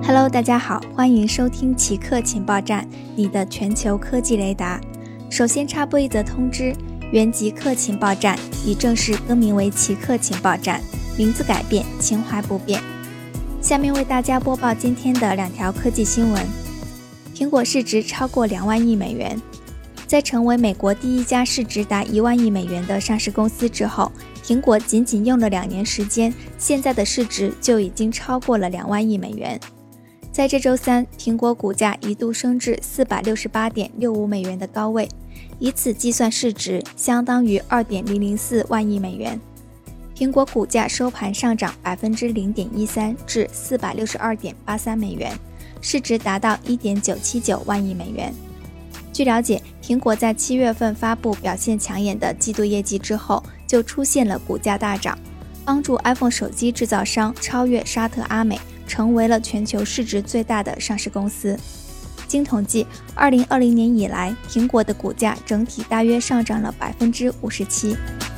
Hello， 大家好，欢迎收听奇客情报站，你的全球科技雷达。首先插播一则通知，原极客情报站已正式更名为奇客情报站，名字改变，情怀不变。下面为大家播报今天的2条科技新闻。苹果市值超过2万亿美元。在成为美国第一家市值达1万亿美元的上市公司之后，苹果仅用了2年时间，现在的市值就已经超过了2万亿美元。在这周三，苹果股价一度升至 468.65 美元的高位，以此计算市值相当于 2.004 万亿美元。苹果股价收盘上涨 0.13% 至 462.83 美元，市值达到 1.979 万亿美元。据了解，苹果在7月份发布表现抢眼的季度业绩之后，就出现了股价大涨，帮助 iPhone 手机制造商超越沙特阿美，成为了全球市值最大的上市公司。经统计，2020年以来，苹果的股价整体大约上涨了 57%。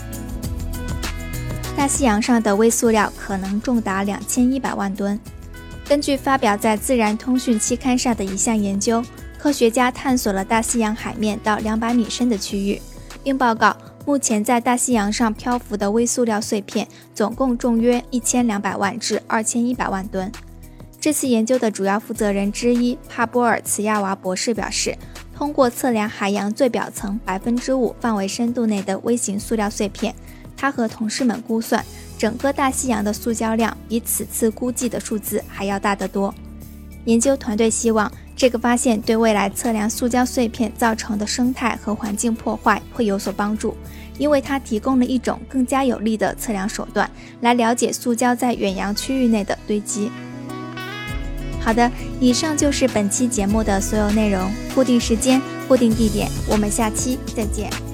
大西洋上的微塑料可能重达2100万吨。根据发表在《自然通讯》期刊上的一项研究，科学家探索了大西洋海面到200米深的区域，并报告目前在大西洋上漂浮的微塑料碎片总共重约1200万至2100万吨。这次研究的主要负责人之一帕波尔茨亚娃博士表示，通过测量海洋最表层 5% 范围深度内的微型塑料碎片，他和同事们估算，整个大西洋的塑胶量比此次估计的数字还要大得多。研究团队希望这个发现对未来测量塑胶碎片造成的生态和环境破坏会有所帮助，因为它提供了一种更加有力的测量手段，来了解塑胶在远洋区域内的堆积。好的，以上就是本期节目的所有内容，固定时间，固定地点，我们下期再见。